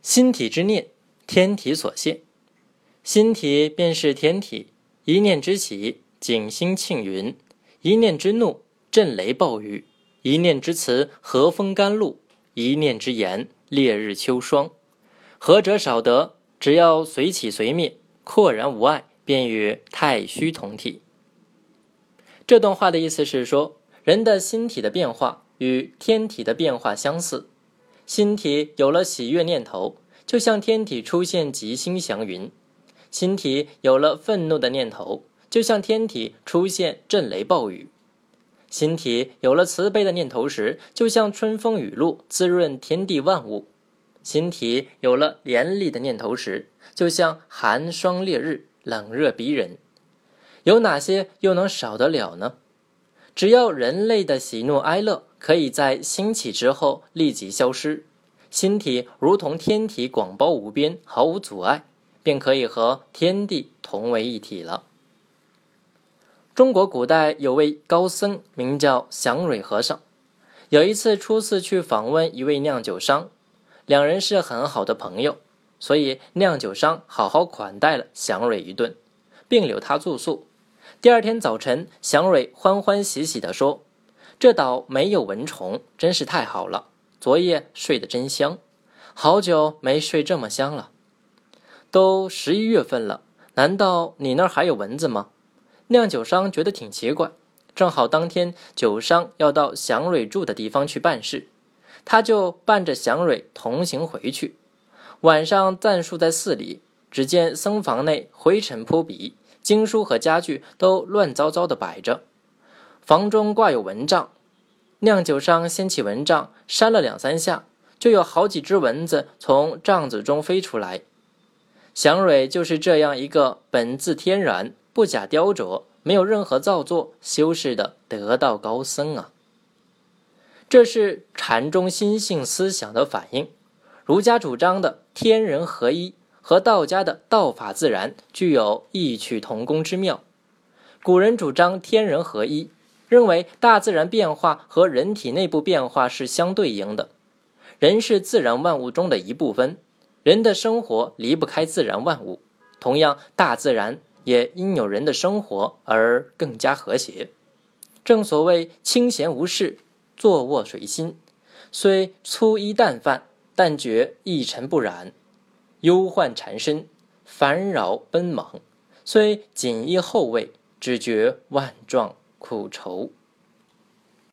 心体之念，天体所现。心体便是天体，一念之喜，景星庆云；一念之怒，震雷暴雨；一念之慈，和风甘露；一念之炎，烈日秋霜。何者少得？只要随起随灭，廓然无碍，便与太虚同体。这段话的意思是说，人的心体的变化与天体的变化相似。心体有了喜悦念头，就像天体出现吉星祥云；心体有了愤怒的念头，就像天体出现震雷暴雨；心体有了慈悲的念头时，就像春风雨露，滋润天地万物；心体有了严厉的念头时，就像寒霜烈日，冷热逼人。有哪些又能少得了呢？只要人类的喜怒哀乐可以在兴起之后立即消失，心体如同天体广包无边，毫无阻碍，便可以和天地同为一体了。中国古代有位高僧名叫祥瑞和尚，有一次初次去访问一位酿酒商，两人是很好的朋友，所以酿酒商好好款待了祥瑞一顿，并留他住宿。第二天早晨，祥瑞欢欢喜喜地说：“这岛没有蚊虫，真是太好了，昨夜睡得真香，好久没睡这么香了。”都11月份了，难道你那儿还有蚊子吗？酿酒商觉得挺奇怪，正好当天酒商要到祥瑞住的地方去办事，他就伴着祥瑞同行回去。晚上暂宿在寺里，只见僧房内灰尘扑鼻，经书和家具都乱糟糟地摆着，房中挂有蚊帐。酿酒商掀起蚊帐，扇了2、3下，就有好几只蚊子从帐子中飞出来。祥瑞就是这样一个本自天然，不假雕琢，没有任何造作修饰的得道高僧啊！这是禅宗心性思想的反应。儒家主张的天人合一和道家的道法自然具有异曲同工之妙。古人主张天人合一，认为大自然变化和人体内部变化是相对应的。人是自然万物中的一部分，人的生活离不开自然万物，同样大自然也因有人的生活而更加和谐。正所谓清闲无事，坐卧随心，虽粗衣淡饭，但觉一尘不染；忧患缠身，烦扰奔忙，虽锦衣厚卫，只觉万状苦愁。